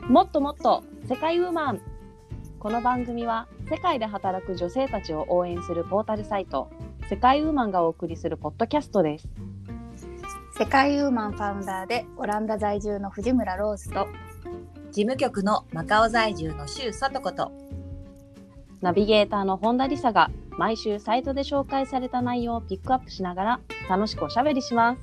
もっともっと世界ウーマン。この番組は世界で働く女性たちを応援するポータルサイト世界ウーマンがお送りするポッドキャストです。 世界ウーマンファウンダーでオランダ在住の藤村ローズと事務局のマカオ在住の周さとことナビゲーターの本田理沙が毎週サイトで紹介された内容をピックアップしながら楽しくおしゃべりします。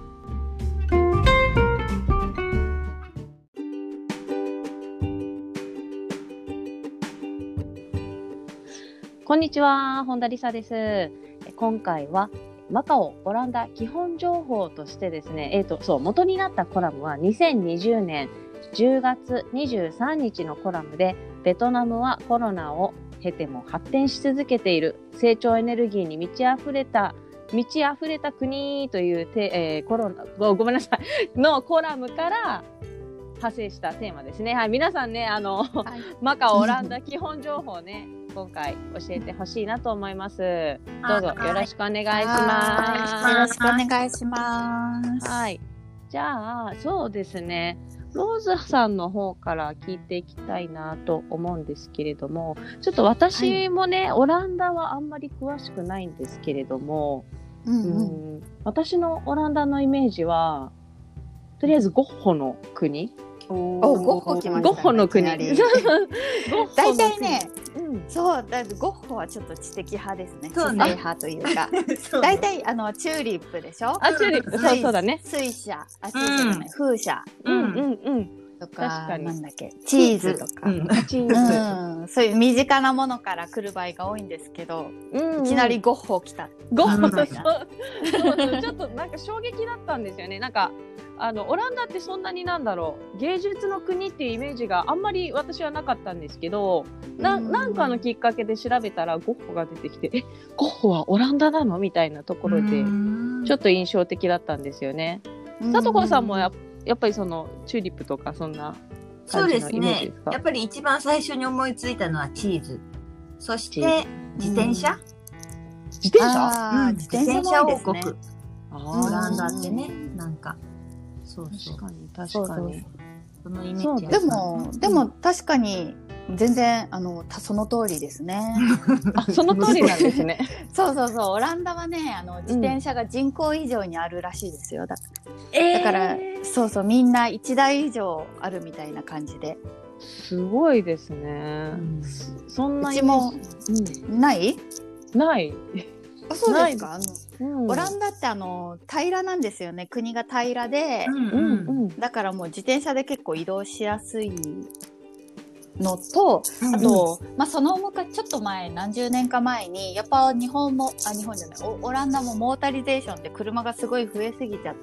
こんにちは、本田理沙です。今回はマカオ、オランダ基本情報としてですね、元になったコラムは2020年10月23日のコラムで、ベトナムはコロナを経ても発展し続けている成長エネルギーに満ち溢れた国というごめんなさいのコラムから派生したテーマですね。はい、皆さんね、マカオ、オランダ基本情報ね、今回教えてほしいなと思います。どうぞよろしくお願いします。 よろしくお願いします。 はい。じゃあ、そうですね。ローズさんの方から聞いていきたいなと思うんですけれども、ちょっと私もね、オランダはあんまり詳しくないんですけれども、私のオランダのイメージは、とりあえずゴッホの国。 ゴッホ来ましたね。 ゴッホの国。 大体ね、そうだゴッホはちょっと知的派ですね。知性派というか、大体チューリップでしょ。 チューリップ、そうだね。 水車、風車、とか、 確かになんだっけ、チーズとか、そういう身近なものから来る場合が多いんですけど、いきなりゴッホ来た。 ゴッホ、そうちょっとなんか衝撃だったんですよね。なんかオランダってそんなに芸術の国っていうイメージがあんまり私はなかったんですけど、なんかのきっかけで調べたらゴッホが出てきて、ゴッホはオランダなのみたいなところでちょっと印象的だったんですよね。さとこさんもやっぱりそのチューリップとかそんな感じのイメージですか？ やっぱり一番最初に思いついたのはチーズ、そして自転車、 自転車王国、オランダってね、なんかそう確かにそのイメージ。 でも確かに全然その通りですね。 その通りなんですね。 そうオランダはね自転車が人口以上にあるらしいですよ。だからみんな1台以上あるみたいな感じで。 すごいですね。そんなうちもない。あ、そうですか。オランダって平らなんですよね。国が平らで、だからもう自転車で結構移動しやすいのと、あと、その昔ちょっと前、何十年か前にやっぱ日本じゃない、オランダもモータリゼーションで車がすごい増えすぎちゃって、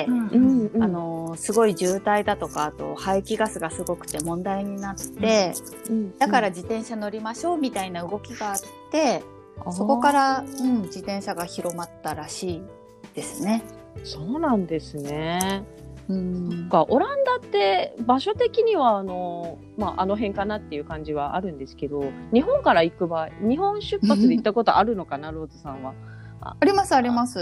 すごい渋滞だとか、あと排気ガスがすごくて問題になって、だから自転車乗りましょうみたいな動きがあって、そこから、自転車が広まったらしいですね。 そうなんですね。オランダって場所的にはあの辺かなっていう感じはあるんですけど、日本から行く場合、日本出発で行ったことあるのかな、ローズさんは。 あります。あります。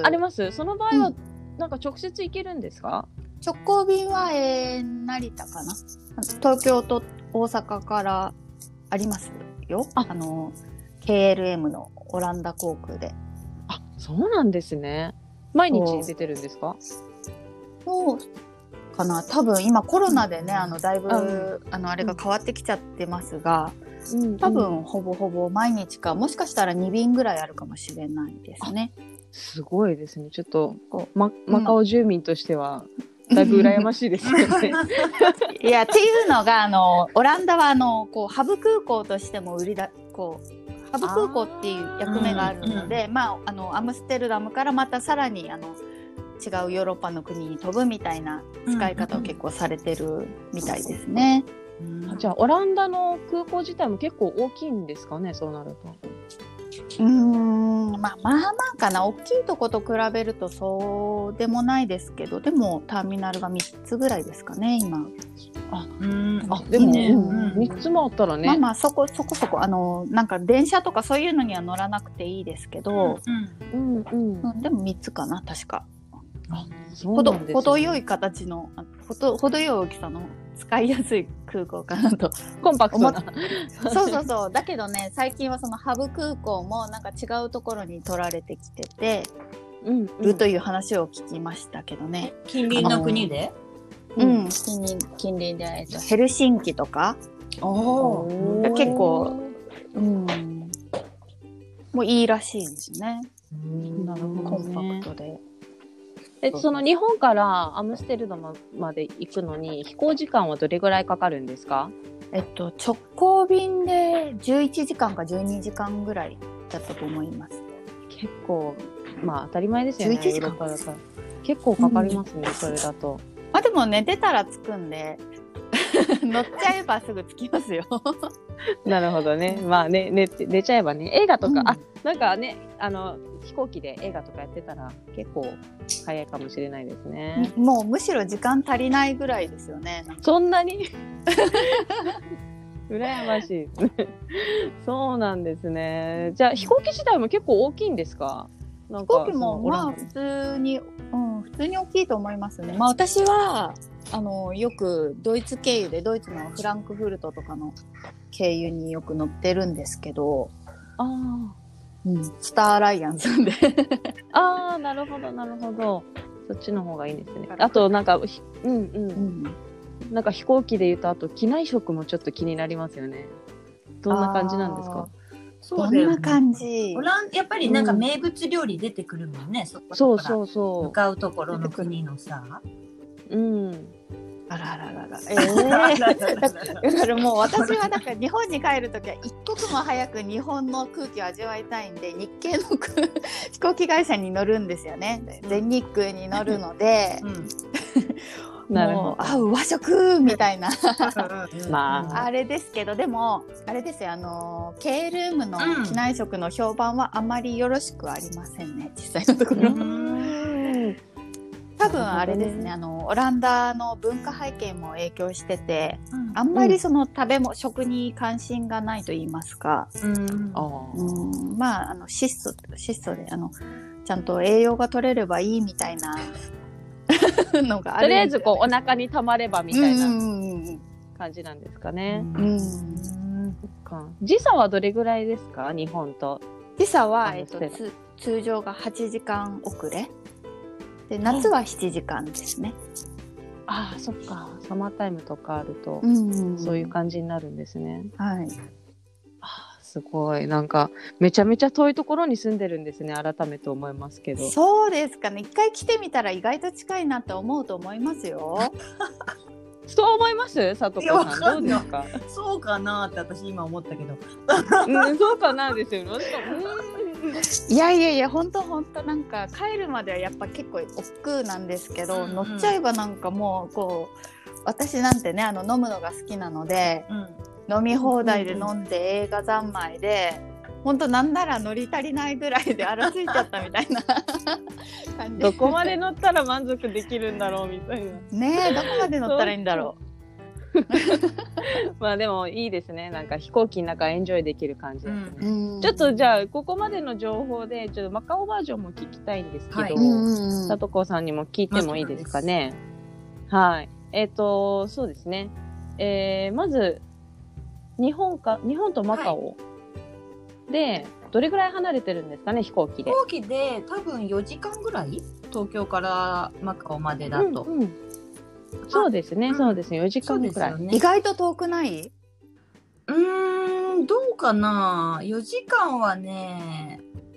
その場合は、なんか直接行けるんですか？ 直行便は、成田かな。東京と大阪からありますよ。KLM のオランダ航空で。 あ、そうなんですね。毎日出てるんですか？ そうかな。多分今コロナでね、だいぶあれが変わってきちゃってますが、多分ほぼほぼ毎日か、もしかしたら2便ぐらいあるかもしれないですね。 すごいですね。ちょっとマカオ住民としてはだいぶ羨ましいですよね。 いや、っていうのがオランダはハブ空港としてもハブ空港っていう役目があるので、アムステルダムからまたさらに違うヨーロッパの国に飛ぶみたいな使い方を結構されてるみたいですね。 じゃあオランダの空港自体も結構大きいんですかね、そうなると。 まあかな。大きいとこと比べるとそうでもないですけど、でもターミナルが3つぐらいですかね今。 でも、3つもあったらね。 そこそこなんか電車とかそういうのには乗らなくていいですけど、でも3つかな確か。 程よい形の程よい大きさの使いやすい空港かなと。 コンパクトな。 そうだけどね、最近はそのハブ空港もなんか違うところに取られてきててるという話を聞きましたけどね。 近隣の国で？ 近隣で、ヘルシンキとか結構もういいらしいんですよね。 なるほどね。 コンパクトで。 その日本からアムステルダムまで行くのに飛行時間はどれぐらいかかるんですか？ 直行便で11時間か12時間ぐらいだったと思います。 結構まあ当たり前ですよね。 11時間ヨーロッパだから結構かかりますね、それだと。 まあでも寝てたら着くんで乗っちゃえばすぐ着きますよ。 なるほどね。まあね、寝ちゃえばね、映画とか、なんかね、飛行機で映画とかやってたら結構早いかもしれないですね。 もうむしろ時間足りないぐらいですよね。 そんなに羨ましいですね。そうなんですね。じゃあ飛行機自体も結構大きいんですか？ 飛行機もまあ普通に大きいと思いますね。まあ私はよくドイツ経由でドイツのフランクフルトとかの経由によく乗ってるんですけど、スターアライアンスでなるほどなるほど。そっちの方がいいですね。あとなんかなんか飛行機で言うとあと機内食もちょっと気になりますよね。どんな感じなんですか？ どんな感じ？ やっぱりなんか名物料理出てくるもんね。 そう向かうところの国のさ。 あら。だからもう私はなんか日本に帰るときは一刻も早く日本の空気を味わいたいんで日系の飛行機会社に乗るんですよね。全日空に乗るので。もう和食みたいなあれですけど、でもあれですよ、K ルームの機内食の評判はあまりよろしくありませんね、実際のところ。多分あれですね、オランダの文化背景も影響してて、あんまりその食に関心がないと言いますか、まあ質素でちゃんと栄養が取れればいいみたいなのがある。 とりあえずこうお腹にたまればみたいな感じなんですかね。時差はどれぐらいですか？日本と。 時差は、通常が8時間遅れで、夏は7時間ですね。 そっか。サマータイムとかあるとそういう感じになるんですね。 はい。 すごい。なんかめちゃめちゃ遠いところに住んでるんですね。改めて思いますけど。 そうですかね。一回来てみたら意外と近いなって思うと思いますよ。 そう思います？さとこさんどうですか？ そうかなって私今思ったけど。 そうかなですよね。 いや本当なんか帰るまではやっぱ結構億劫なんですけど、乗っちゃえばなんかもうこう私なんてね飲むのが好きなので、飲み放題で飲んで映画三昧で、本当なんなら乗り足りないぐらいで荒ついちゃったみたいな感じ。 どこまで乗ったら満足できるんだろうみたいな。 ね、どこまで乗ったらいいんだろう。 まあでもいいですね。なんか飛行機の中エンジョイできる感じですね。ちょっとじゃあここまでの情報でちょっとマカオバージョンも聞きたいんですけど、さとこさんにも聞いてもいいですかね。はい。そうですね。まず日本とマカオでどれぐらい離れてるんですかね、飛行機で。 飛行機で多分4時間ぐらい、東京からマカオまでだと。 そうですね、そうですね、4時間ぐらい、 意外と遠くない？ どうかな。4時間はね、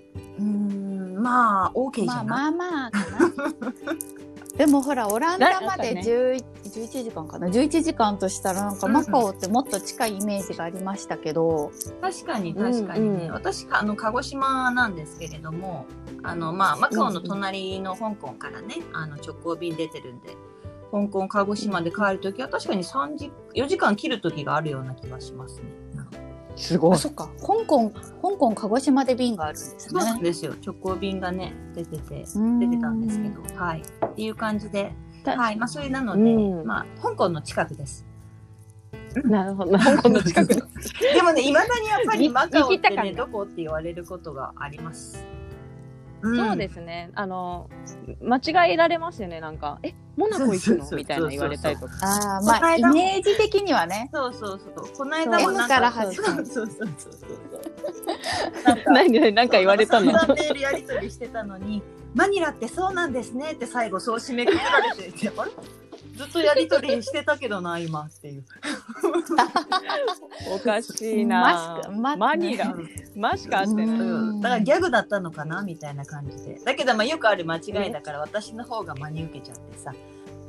まあ OK じゃない。 まあかな。でもほらオランダまで11時間かな。11時間としたらなんかマカオってもっと近いイメージがありましたけど、 確かにね、私鹿児島なんですけれども、マカオの隣の香港からね、直行便出てるんで、香港鹿児島で帰るときは確かに4時間切るときがあるような気がしますね。 すごい。 そっか。香港鹿児島で便があるんですね。 そうなんですよ。直行便がね出てたんですけど、はい。っていう感じで、はい。まあそれなので、香港の近くです。 なるほど。香港の近く。でもね、未だにやっぱりマカオってねどこって言われることがあります。 そうですね。間違えられますよね。なんか、モナコ行くのみたいな言われたりとか。 ああ、まあイメージ的にはね。 そう。この間も M から始まる。 そう。 なんか言われたの。 メールやり取りしてたのに、マニラってそうなんですねって最後そう締めくくられていて、あれ？ずっとやり取りしてたけどな今っていう。 おかしいな。マニラ。マしかあってない。 だからギャグだったのかなみたいな感じで。だけどまあよくある間違いだから私の方が真に受けちゃってさ。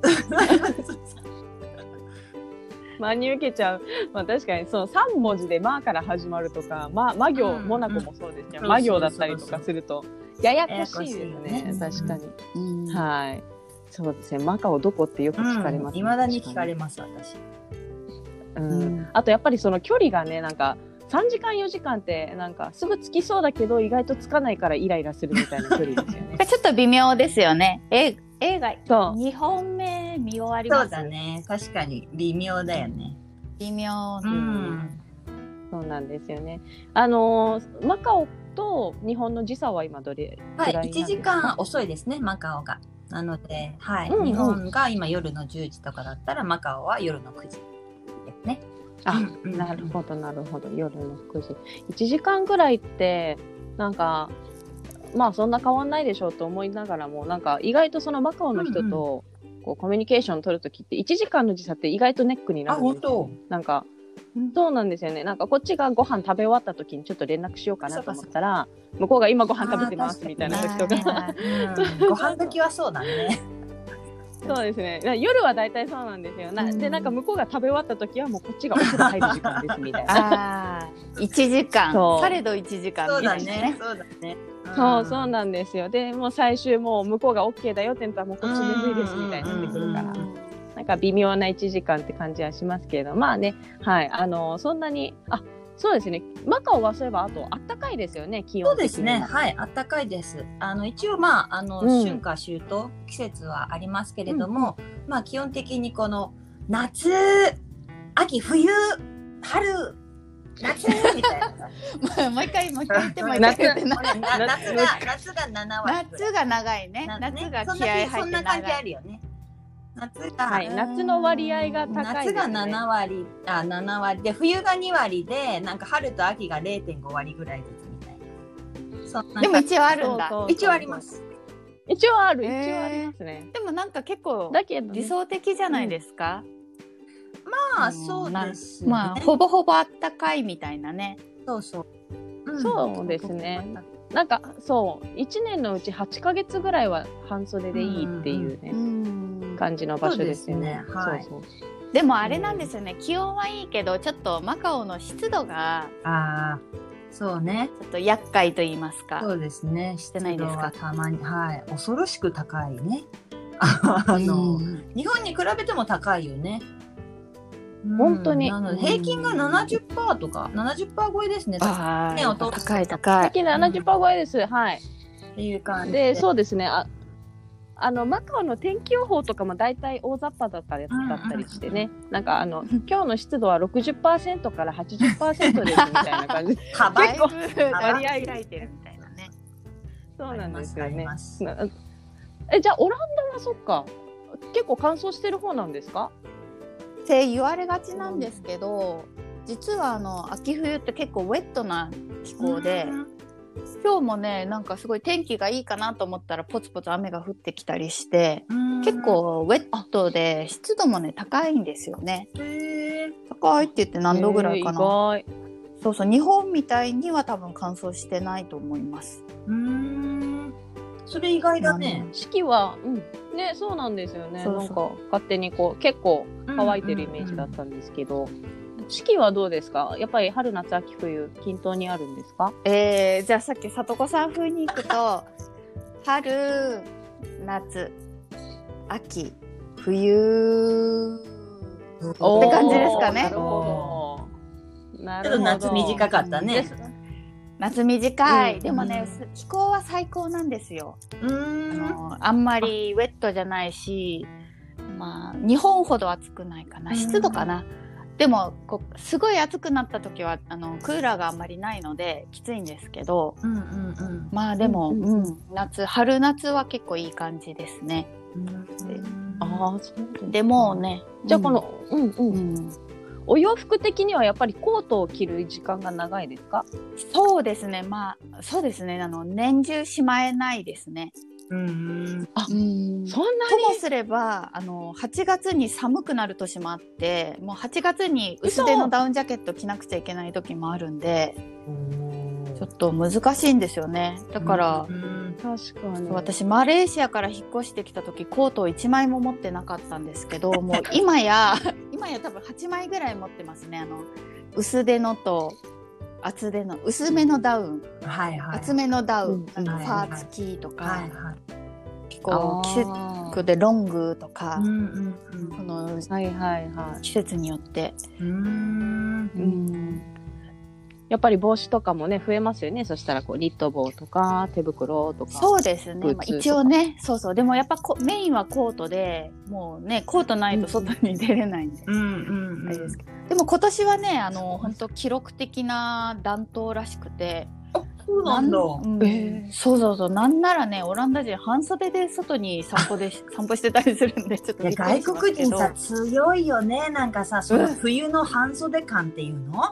真に受けちゃう。まあ確かにその3文字でマから始まるとか、マ行、モナコもそうですけど、マ行だったりとかするとややこしいですね。確かに。はい。そうですね。マカオどこってよく聞かれますね。 未だに聞かれます私。 あとやっぱりその距離がね、なんか3時間4時間ってなんかすぐ着きそうだけど意外と着かないからイライラするみたいな距離ですよね。 ちょっと微妙ですよね。映画2本目見終わります。 そうだね。確かに微妙だよね。 微妙。 そうなんですよね。マカオと日本の時差は今どれくらいなんですか？ 1時間遅いですね、マカオが。なので、日本が今夜の10時とかだったら、マカオは夜の9時ですね。 なるほど、夜の9時。1時間ぐらいって、なんか、まあそんな変わんないでしょうと思いながらも、なんか意外とそのマカオの人とこうコミュニケーションを取るときって1時間の時差って意外とネックになるんですよ。なんかそうなんですよね。なんかこっちがご飯食べ終わった時にちょっと連絡しようかなと思ったら、向こうが今ご飯食べてますみたいな時とか。 ご飯時はそうだね。 そうですね。夜は大体そうなんですよ。でなんか向こうが食べ終わった時はもうこっちがお風呂入る時間ですみたいな。 1時間。されど1時間みたいなね。 そうだね。 そうなんですよ。でもう最終もう向こうが OK だよって言ったらもうこっち眠いですみたいになってくるから。なんか微妙な1時間って感じはしますけれど、まあね、はい、そんなに、そうですね、マカオはそういえば、あと、あったかいですよね、気温的に。 そうですね、はい、あったかいです。一応、まあ、春夏秋冬、季節はありますけれども、まあ、基本的にこの、夏、秋、冬、春、夏みたいな。 もう一回言っても夏が 7割。 夏が長いね。夏が気合入って長い。 そんな感じあるよね。 夏の割合が高いですね。 夏が7割で、冬が2割で、なんか春と秋が 0.5 割ぐらいずつみたいな。 でも一応あるんだ。 一応あります。 一応ありますね。 でもなんか結構理想的じゃないですか？ まあそうですね。 まあほぼほぼあったかいみたいなね。 そうですね。なんかそう1年のうち8ヶ月ぐらいは半袖でいいっていうね。感じの場所ですよね。 でもあれなんですよね。気温はいいけどちょっとマカオの湿度がそうね。 ちょっと厄介と言いますか。 そうですね。 してないですか。 たまに恐ろしく高いね。日本に比べても高いよね。 本当に。 なので平均が 70% とか 70% 超えですね。 高い。 平均 70% 超えです。はい。 っていう感じで、そうですね。マカオの天気予報とかも大体大雑把だったりしてね、なんか今日の湿度は 60% から 80% ですみたいな感じで結構割合開いてるみたいなね。そうなんですよね。じゃあオランダはそっか結構乾燥してる方なんですか？ って言われがちなんですけど、実は秋冬って結構ウェットな気候で、今日もねなんかすごい天気がいいかなと思ったらポツポツ雨が降ってきたりして、結構ウェットで湿度もね高いんですよね。高いって言って何度ぐらいかな。そう日本みたいには多分乾燥してないと思います。 それ意外だね。 四季はねそうなんですよね。なんか勝手にこう結構乾いてるイメージだったんですけど。四季はどうですか？やっぱり春夏秋冬均等にあるんですか？ じゃあさっきさとこさん風に行くと春夏秋冬って感じですかね。 なるほど。ちょっと夏短かったね。 夏短い。でもね気候は最高なんですよ。あんまりウェットじゃないし、まあ日本ほど暑くないかな。湿度かな。 でもすごい暑くなった時はクーラーがあんまりないのできついんですけど、まあでも、春夏は結構いい感じですね。 そうでもね、 じゃあこのお洋服的にはやっぱりコートを着る時間が長いですか？ そうですね、そうですね、年中しまえないですね。 そんなに？ ともすれば8月に寒くなる年もあって、もう8月に薄手のダウンジャケット着なくちゃいけない時もあるんで、ちょっと難しいんですよね。だから、 確かに私マレーシアから引っ越してきた時コートを1枚も持ってなかったんですけど、もう今や多分8枚ぐらい持ってますね。薄手のと厚手の薄めのダウン、厚めのダウン、ファー付きとか、結構季節でロングとか、この季節によって、 やっぱり帽子とかもね増えますよね。そしたらニット帽とか手袋とか。 そうですね、一応ね、そうでもやっぱメインはコートで、もうねコートないと外に出れないんで、あれですけど、でも今年はね本当記録的な暖冬らしくて。 そうなんだ。 そうなんならね、オランダ人半袖で外に散歩してたりするんで、ちょっと外国人さ強いよね。なんかさ、その冬の半袖感っていうの？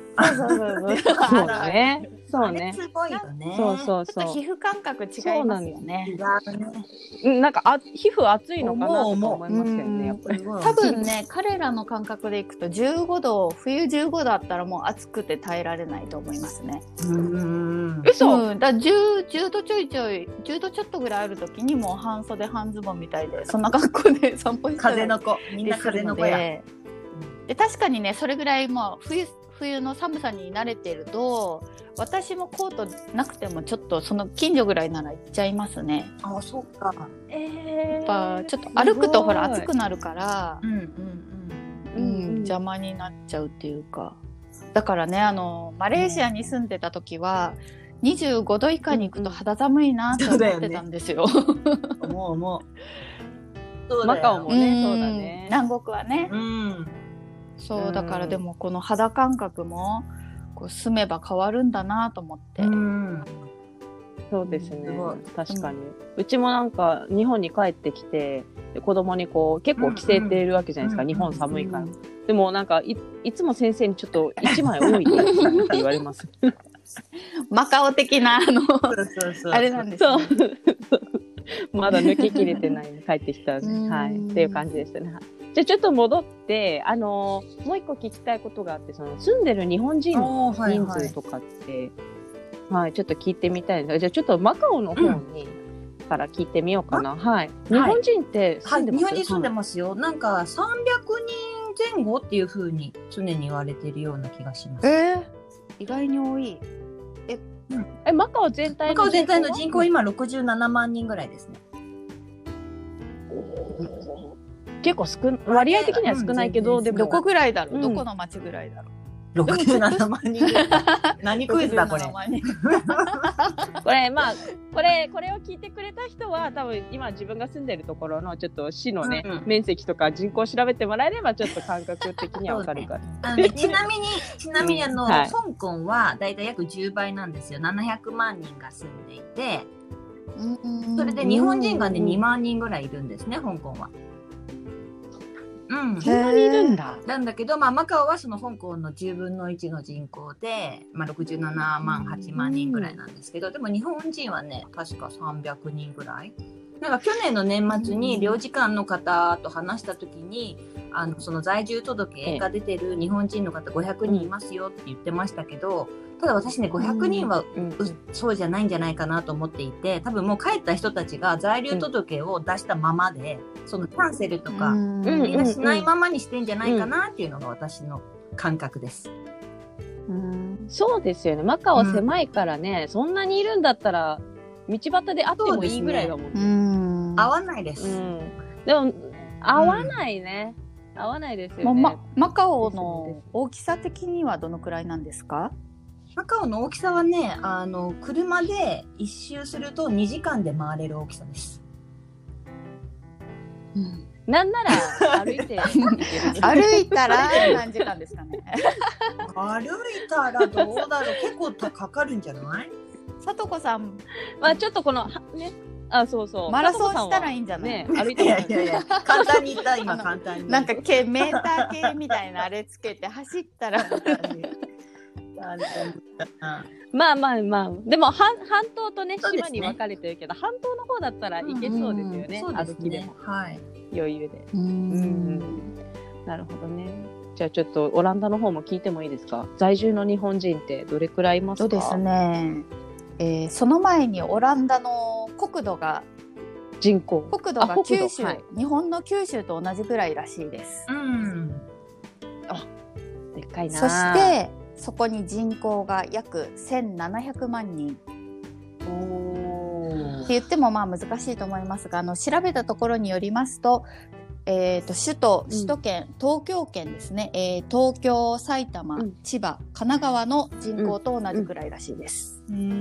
そうね。 すごいよね。 そうちょっと皮膚感覚違いますよね。 なんか皮膚熱いのかなと思いますよね。やっぱり多分ね、彼らの感覚でいくと15度、冬15度だったらもう暑くて耐えられないと思いますね。 嘘。 だ10度ちょいちょい、10度ちょっとぐらいある時にもう半袖半ズボンみたいで、そんな格好で散歩してたりするので。 風の子、みんな風の子や。 で確かにね、それぐらいもう冬の寒さに慣れてると、私もコートなくてもちょっとその近所ぐらいなら行っちゃいますね。 そうか。 やっぱちょっと歩くとほら暑くなるから、邪魔になっちゃうっていうか。だからね、マレーシアに住んでた時は25度以下に行くと肌寒いなと思ってたんですよ。 もうマカオもね、そうだね。 南国はね。そうだから、でもこの肌感覚も住めば変わるんだなと思って。 そうですね、確かに。うちもなんか日本に帰ってきて子供に結構着せているわけじゃないですか、日本寒いから。でもなんか いつも先生にちょっと1枚多いって言われます。 マカオ的なあれなんですね。 まだ抜ききれてない帰ってきたんで、っていう感じでしたね。じゃあちょっと戻ってもう一個聞きたいことがあって、その住んでる日本人の人数とかって、ちょっと聞いてみたいんですが、じゃあちょっとマカオの方にから聞いてみようかな。日本人って住んでます？ 日本人住んでますよ。なんか300人前後っていう風に常に言われてるような気がします。 意外に多い。 マカオ全体の人口今67万人ぐらいですね。 結構割合的には少ないけど、でもどこぐらいだろう、どこの町ぐらいだろう。67万人。何クイズだこれ。これを聞いてくれた人は多分今自分が住んでるところのちょっと市のね、面積とか人口を調べてもらえればちょっと感覚的には分かるから。 ちなみに香港はだいたい約10倍なんですよ。700万人が住んでいて、それで日本人がね2万人ぐらいいるんですね、香港は。 そんなにいるんだ。 なんだけど、マカオはその香港の10分の1の人口で、67万8万人ぐらいなんですけど、でも日本人はね確か300人ぐらい。なんか去年の年末に領事館の方と話した時に、その在住届が出てる日本人の方500人いますよって言ってましたけど、ただ私ね500人はそうじゃないんじゃないかなと思っていて、多分もう帰った人たちが在留届を出したままで、そのキャンセルとかみんなしないままにしてんじゃないかなっていうのが私の感覚です。 そうですよね。マカオ狭いからね、そんなにいるんだったら道端で会ってもいいぐらいだもんね。 合わないです。 でも合わないね。合わないですよね。 マカオの大きさ的にはどのくらいなんですか？ マカオの大きさはね、車で一周すると2時間で回れる大きさです。 なんなら歩いて歩いたら何時間ですかね。 歩いたらどうだろう、結構かかるんじゃない？ さとこさん、 まあちょっとこのね、そうそう、 マラソンしたらいいんじゃない？ ね、歩いていや簡単に言った今簡単に。 なんかメーター系みたいなあれつけて走ったら。 まあでも半島とね島に分かれてるけど、半島の方だったら行けそうですよね。歩きでも、はい、余裕で。なるほどね。じゃあちょっとオランダの方も聞いてもいいですか？在住の日本人ってどれくらいいますか？ そうですね。その前にオランダの国土が九州、はい、日本の九州と同じぐらいらしいです。 でっかいな。 そしてそこに人口が約1700万人。って言ってもまあ難しいと思いますが、調べたところによりますと、首都圏、東京圏ですね、東京、埼玉、千葉、神奈川の人口と同じくらいらしいです。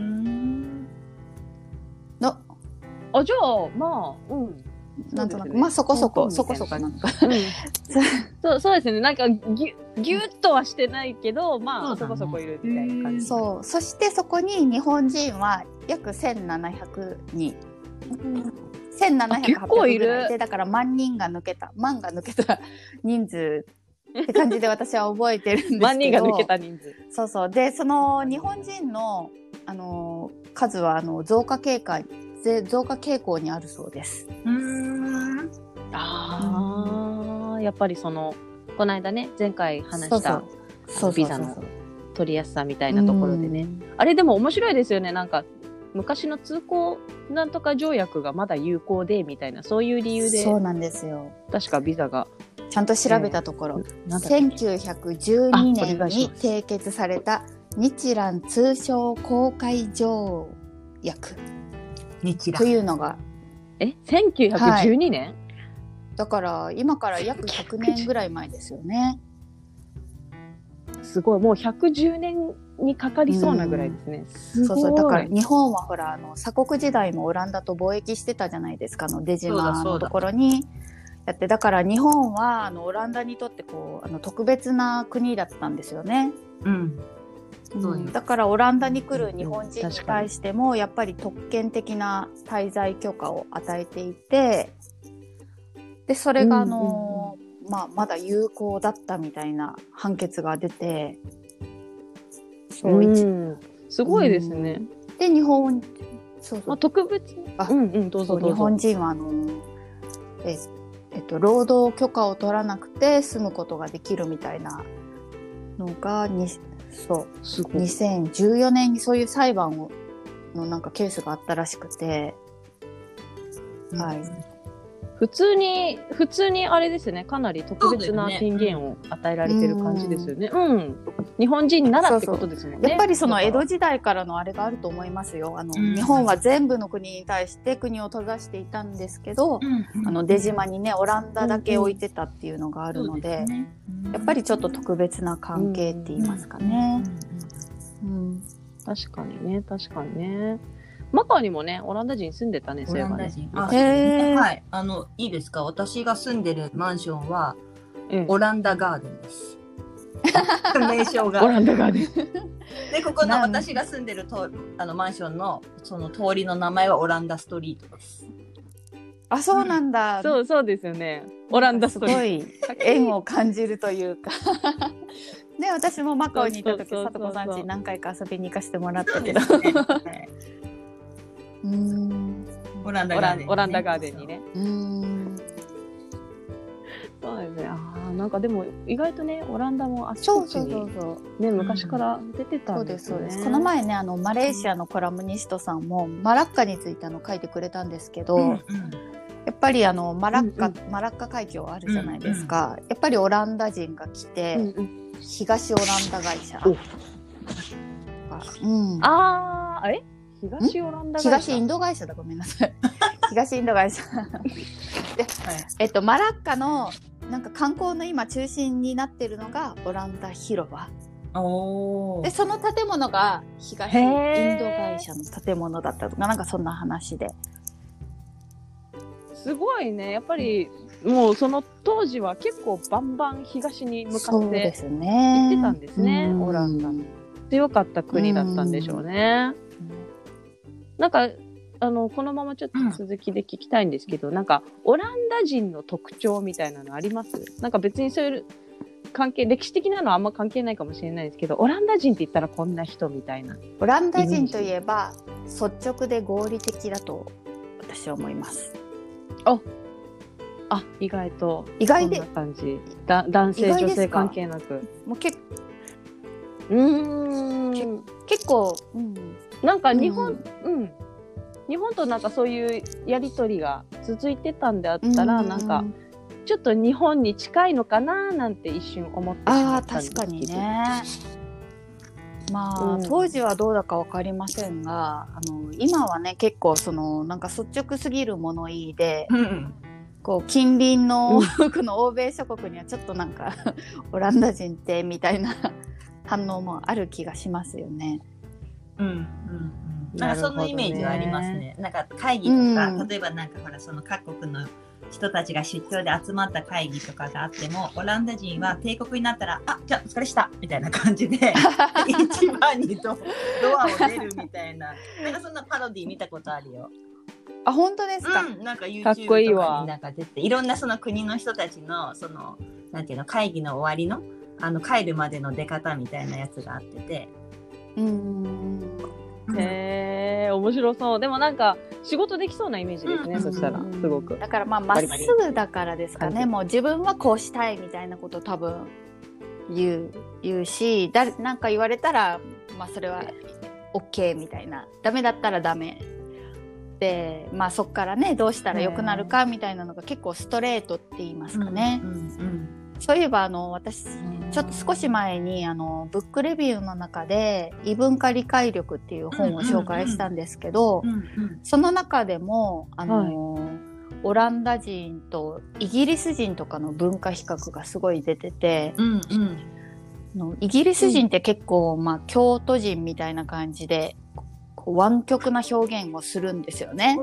じゃあまあ、 なんとなく、まあそこそこなんかそうですね。なんかギュッとはしてないけど、まあそこそこいるみたいな感じ。 そしてそこに日本人は約1700人。1700ぐらいで、だから万が抜けた人数って感じで私は覚えてるんですけど。 万人が抜けた人数。 そうで、その日本人の数は増加傾向にあるそうです。 やっぱりこの間ね、前回話したビザの取りやすさみたいなところでね。あれでも面白いですよね。なんか昔の通行なんとか条約がまだ有効でみたいな、そういう理由で。 そうなんですよ。 確かビザがちゃんと調べたところ、1912年に締結された日蘭通商公開条約というのが 1912年、 だから今から約100年ぐらい前ですよね。 すごい、もう110年にかかりそうなぐらいですね。 そうだから日本はほら鎖国時代もオランダと貿易してたじゃないですか、出島のところにやって、だから日本はオランダにとって特別な国だったんですよね。だからオランダに来る日本人に対してもやっぱり特権的な滞在許可を与えていて、でそれがまだ有効だったみたいな判決が出て、 すごいですね。 で日本特別どうぞ。 日本人は労働許可を取らなくて住むことができるみたいなのが2014年にそういう裁判のなんかケースがあったらしくて、普通にあれですね、かなり特別な権限を与えられてる感じですよね。日本人ならってことですもんね。 やっぱりその江戸時代からのあれがあると思いますよ。日本は全部の国に対して国を閉ざしていたんですけど、出島にねオランダだけ置いてたっていうのがあるので、やっぱりちょっと特別な関係って言いますかね。 確かにね。マカオにもね、オランダ人住んでたね、そういえばね。 はい。いいですか？私が住んでるマンションは、オランダガーデンです。名称が。 オランダガーデン。 で、ここの私が住んでるマンションのその通りの名前はオランダストリートです。 あ、そうなんだ。 そうですよね。オランダストリート。 すごい縁を感じるというか。ね、私もマカオにいた時、さとこさん家に何回か遊びに行かせてもらったけど。 オランダガーデンにね。そうですね。なんかでも意外とね、オランダもあちこちにね、昔から出てたんですよね。 そうです。この前ね、マレーシアのコラムニストさんもマラッカについて書いてくれたんですけど、やっぱりマラッカ海峡あるじゃないですか。やっぱりオランダ人が来て、東オランダ会社。東オランダ会社。東インド会社だ、ごめんなさい。東インド会社。で、マラッカのなんか観光の今中心になってるのがオランダ広場。で、その建物が東インド会社の建物だったとか、なんかそんな話で。 すごいね。やっぱりもうその当時は結構バンバン東に向かって行ってたんですね、オランダ。強かった国だったんでしょうね。なんかこのままちょっと続きで聞きたいんですけど、なんかオランダ人の特徴みたいなのあります？なんか別にそういう歴史的なのはあんま関係ないかもしれないですけど、オランダ人って言ったらこんな人みたいな。 オランダ人といえば率直で合理的だと私は思います。 意外と意外でそんな感じ。男性女性関係なく。 もう結構、 なんか日本となんかそういうやり取りが続いてたんであったら、なんかちょっと日本に近いのかななんて一瞬思ってしまったんですけど。 確かにね。まあ、当時はどうだか分かりませんが、今はね結構なんか率直すぎる物言いで、こう近隣のこの欧米諸国にはちょっとなんかオランダ人ってみたいな反応もある気がしますよね。 なんかそのイメージはありますね。なんか会議とか、例えばなんかほらその各国の人たちが出張で集まった会議とかがあっても、オランダ人は帝国になったらじゃあお疲れしたみたいな感じで一番にドアを出るみたいな、なんかそんなパロディ見たことあるよ。 本当ですか？ なんか YouTube とかになんか出て、いろんなその国の人たちのそのなんていうの、会議の終わりの帰るまでの出方みたいなやつがあってて、 面白そう。でもなんか仕事できそうなイメージですね。そしたらすごく。 だからまっすぐだからですかね。もう自分はこうしたいみたいなこと多分言うし、なんか言われたらそれは OK みたいな。ダメだったらダメ。で、そっからねどうしたら良くなるかみたいなのが結構ストレートって言いますかね。そういえば私ちょっと少し前にブックレビューの中で異文化理解力っていう本を紹介したんですけど、その中でもオランダ人とイギリス人とかの文化比較がすごい出てて、イギリス人って結構京都人みたいな感じで湾曲な表現をするんですよね。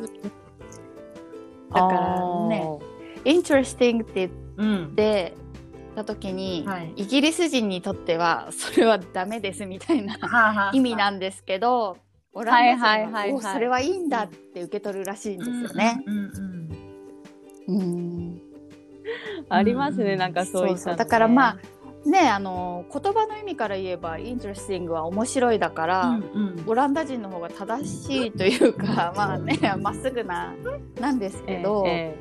だからね、interesting って言ってた時に、イギリス人にとってはそれはダメですみたいな意味なんですけど、オランダ人はそれはいいんだって受け取るらしいんですよね。 ありますね、なんかそういったのね。 だからね、言葉の意味から言えば interesting は面白いだから、オランダ人の方が正しいというかまっすぐなんですけど、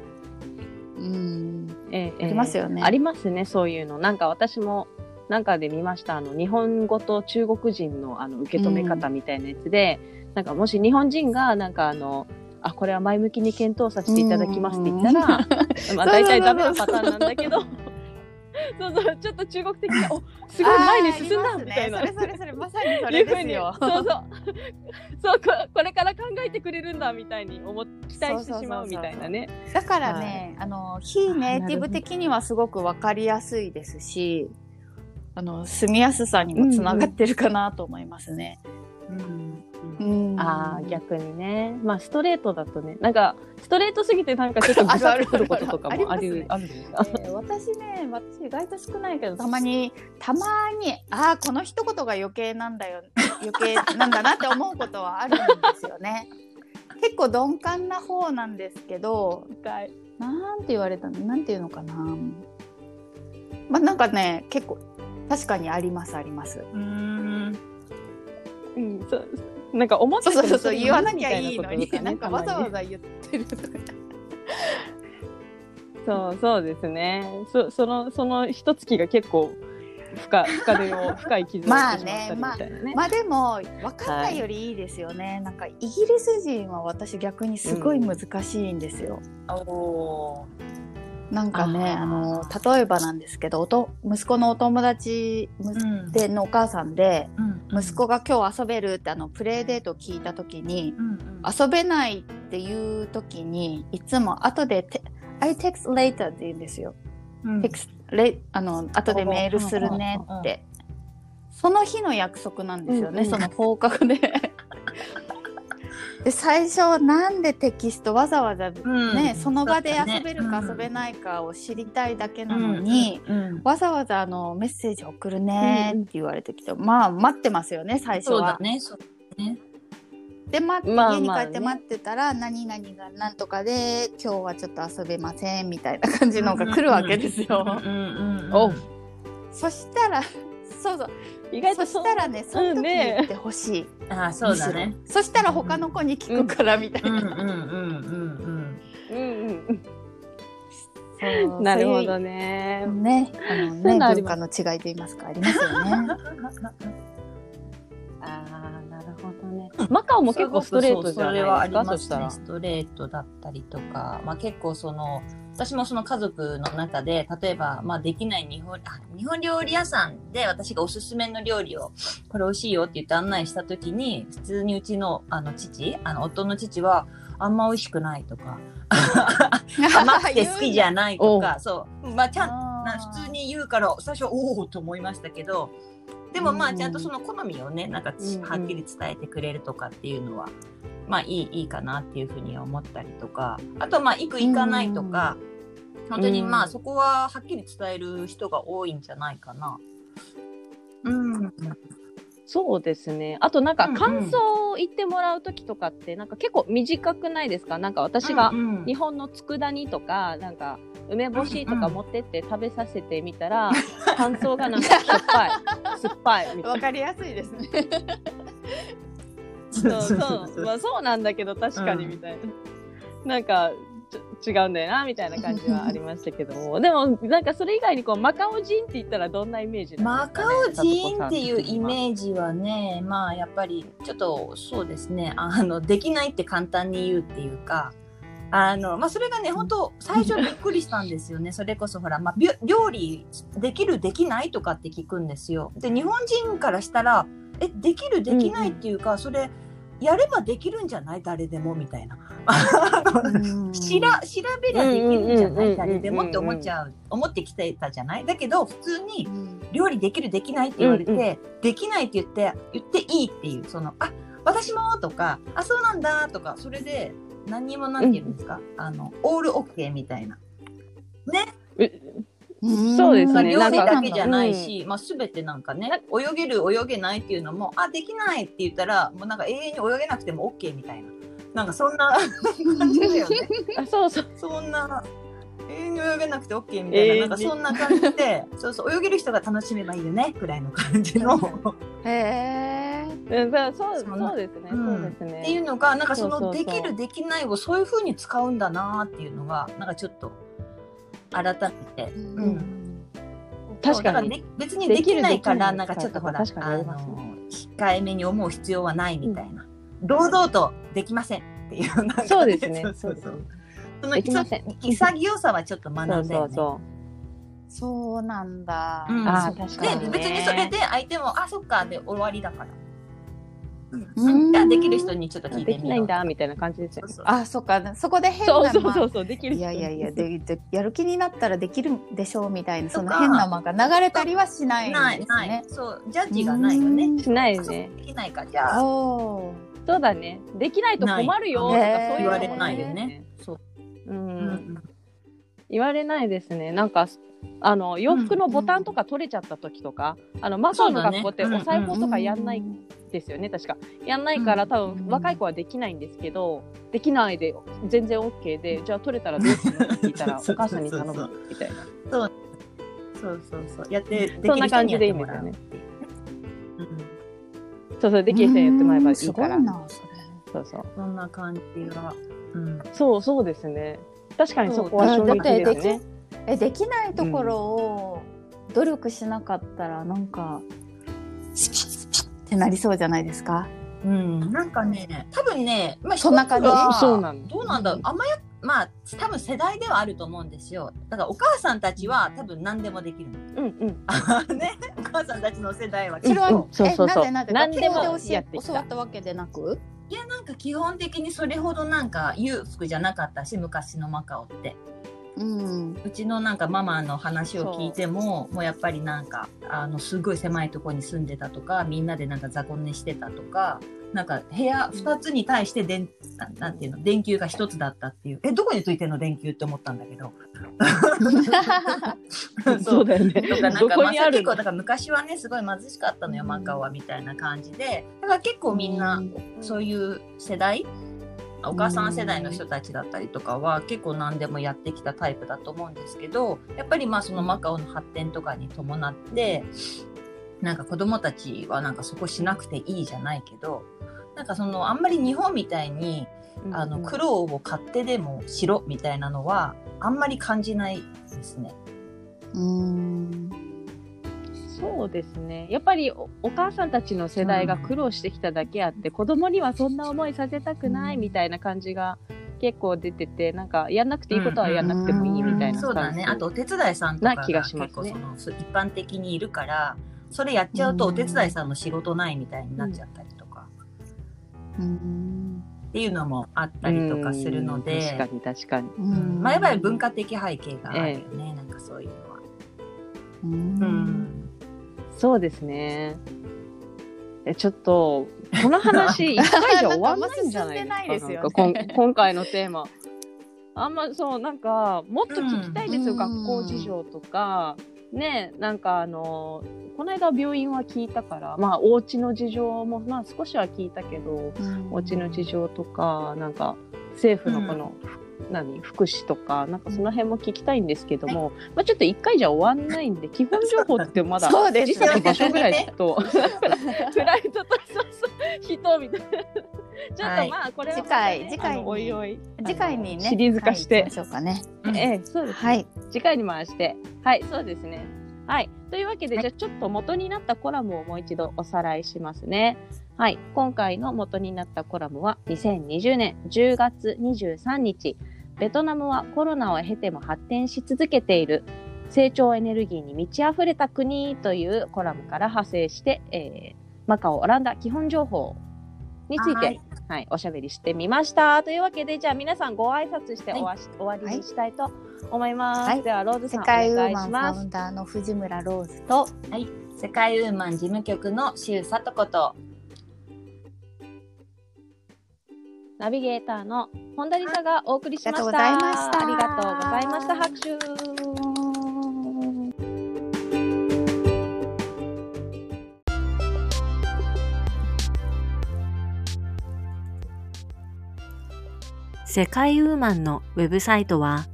ありますよね。 ありますね、そういうの。なんか私もなんかで見ました。日本語と中国人の受け止め方みたいなやつで、なんかもし日本人がなんかこれは前向きに検討させていただきますって言ったら、大体ダメなパターンなんだけどそうちょっと中国的にすごい前に進んだみたいな、 それまさにそれですよ。 そうこれから考えてくれるんだみたいに期待してしまうみたいなね。 だからね、非ネイティブ的にはすごく分かりやすいですし、住みやすさにもつながってるかなと思いますね。 逆にね、ストレートだとね、なんかストレートすぎてなんかちょっとぐさっとくることとかもあるんですか？ 私意外と少ないけど、たまにこの一言が余計なんだなって思うことはあるんですよね。結構鈍感な方なんですけど、なんて言われたの、なんていうのかな、なんかね、結構確かにあります。 なんか思ってそう言わなきゃいいのに、なんかわざわざ言ってるとか。 そうですね。その一月が結構深い傷を負ってしまったみたいなね。 でも分かんないよりいいですよね。なんかイギリス人は私逆にすごい難しいんですよ。なんかね、例えばなんですけど、息子のお友達のお母さんで、息子が今日遊べるってプレイデートを聞いた時に、遊べないっていう時にいつも後でI text later って言うんですよ。後でメールするねって。その日の約束なんですよね、その放課後で。 で最初なんでテキストわざわざね、その場で遊べるか遊べないかを知りたいだけなのに、わざわざメッセージ送るねって言われてきて、まあ待ってますよね最初は。 そうだね、そうだね。 で家に帰って待ってたら、何々がなんとかで今日はちょっと遊べませんみたいな感じのが来るわけですよ。そしたら意外とそしたらね、その時に言ってほしい。 あ、そうだね。 そしたら他の子に聞くからみたいな。 なるほどね。 ね、文化の違いと言いますか、ありますよね。 なるほどね。マカオも結構ストレートじゃないですか。それはありますね。 ストレートだったりとか、結構私もその家族の中で、例えば、できない日本料理屋さんで私がおすすめの料理を、これ美味しいよって言って案内したときに、普通にうちの、夫の父は、あんま美味しくないとか、甘くて好きじゃないとか、そう。普通に言うから、最初、おおと思いましたけど、でもちゃんとその好みをね、はっきり伝えてくれるとかっていうのは、いいかなっていうふうに思ったりとか、あと行く行かないとか、本当にそこははっきり伝える人が多いんじゃないかな。 そうですね。あと感想を言ってもらう時とかって結構短くないですか？私が日本の佃煮とか梅干しとか持ってって食べさせてみたら、感想がしょっぱい、酸っぱいみたいな。 わかりやすいですね。 そうなんだけど確かにみたいな。違うんだよなみたいな感じはありましたけども、でもそれ以外にマカオ人って言ったらどんなイメージなんですかね？ マカオ人っていうイメージはね、やっぱりちょっとそうですね、できないって簡単に言うっていうか、それがね、本当最初びっくりしたんですよね。それこそほら、料理できるできないとかって聞くんですよ。で、日本人からしたら、できるできないっていうか、それやればできるんじゃない誰でもみたいな。調べりゃできるんじゃない誰でもって思ってきてたじゃない。だけど普通に料理できるできないって言われて、できないって言っていいっていう、私もとか、そうなんだとか、それで何にもなんて言うんですか、オールオッケーみたいなね。 そうですね。 料理だけじゃないし、すべてね、泳げる泳げないっていうのも、できないって言ったら、もう永遠に泳げなくても OK みたいな。そんな感じだよね。 そう。 そんな、永遠に泳げなくて OK みたいな、そんな感じで、泳げる人が楽しめばいいよね、くらいの感じの。 へそうですね。 っていうのが、できるできないをそういう風に使うんだなっていうのが、ちょっと、改めて、確かに別にできないからちょっとほら控えめに思う必要はないみたいな、堂々とできませんっていうそうですね。 その潔さはちょっと学んだよね。 そうなんだ。 確かにで別にそれで相手もそっかで終わりだから。できる人にちょっと聞いてみよう。 できないんだみたいな感じですよ。 そっか、そこで変なそうできる。 いややる気になったらできるでしょうみたいな、その変な間が流れたりはしないんですね。 そうジャッジがないよね。 しないね。 できないかじゃあ。 そうだね。できないと困るよとかそう言われないよね。そう。 言われないですね。洋服のボタンとか取れちゃった時とか、マカオの学校ってお裁縫とかやんないですよね、確か。やんないから多分若い子はできないんですけど、できないで全然 OK で、じゃあ取れたらどうするのって聞いたらお母さんに頼むみたいな。 そうやってできる人にやってもらう。 そんな感じでいいんですよね。できる人にやってもらえばいいから。 そんな感じが。 そうですね。確かにそこは衝撃ですね。 できないところを努力しなかったらスピッってなりそうじゃないですか。 多分ね、 そんな感じ。 そうなんどうなんだろう。多分世代ではあると思うんですよ。だからお母さんたちは多分何でもできる。ね、お母さんたちの世代は。 それはなぜ何でも教わったわけでなく。 いや基本的にそれほど裕福じゃなかったし、昔のマカオって。うちのママの話を聞いても、もうやっぱりすごい狭いところに住んでたとか、みんなで雑魚寝してたとか、 なんか部屋2つに対してなんていうの、電球が1つだったっていう。どこについてんの電球って思ったんだけど。 そうだよね。 とかなんか結構だから昔はねすごい貧しかったのよ、マカオはみたいな感じで、だから結構みんなそういう世代、お母さん世代の人たちだったりとかは結構何でもやってきたタイプだと思うんですけど、やっぱりそのマカオの発展とかに伴ってなんか子供たちはなんかそこしなくていいじゃないけど、なんかそのあんまり日本みたいに苦労を買ってでもしろみたいなのはあんまり感じないですね。 そうですね。やっぱり お母さんたちの世代が苦労してきただけあって、子供にはそんな思いさせたくないみたいな感じが結構出てて、なんかやんなくていいことはやんなくてもいいみたいな感じ、 そうだね。あとお手伝いさんとかが結構その一般的にいるから、それやっちゃうとお手伝いさんの仕事ないみたいになっちゃったりとか、っていうのもあったりとかするので、 確かに、 やっぱり文化的背景があるよね、なんかそういうのは。 そうですね。ちょっとこの話一回じゃ終わんないんじゃないですか。今回のテーマ。あんまそうなんかもっと聞きたいですよ、学校事情とかね。なんかこの間病院は聞いたから、お家の事情も少しは聞いたけど、お家の事情とかなんか政府のこの、福祉とかなんかその辺も聞きたいんですけども、ちょっと一回じゃ終わんないんで、基本情報ってまだ時差の場所ぐらいとフライトと人みたいな。ちょっとこれは、次回おいおい次回にねシリーズ化して、 そうかね。 そうですね。次回に回して、そうですね。というわけで、じゃあちょっと元になったコラムをもう一度おさらいしますね。今回の元になったコラムは2020年10月23日、ベトナムはコロナを経ても発展し続けている成長エネルギーに満ち溢れた国というコラムから派生して、マカオ、オランダ基本情報について、おしゃべりしてみました。というわけで、じゃあ皆さんご挨拶して終わりにしたいと思います。ではローズさんお願いします。世界ウーマンファウンダーの藤村ローズと、 世界ウーマン事務局の周さとこと、 ナビゲーターの本田理沙がお送りしました。 ありがとうございました。 拍手。 世界ウーマンのウェブサイトは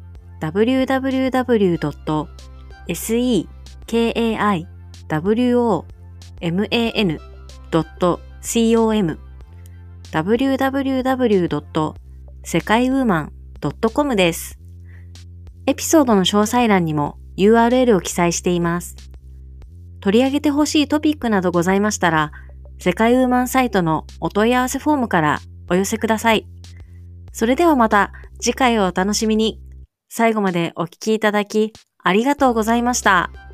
www.sekaiwoman.com www.sekaiwoman.com です。エピソードの詳細欄にも URL を記載しています。取り上げてほしいトピックなどございましたら、世界ウーマンサイトのお問い合わせフォームからお寄せください。それではまた次回をお楽しみに。最後までお聞きいただきありがとうございました。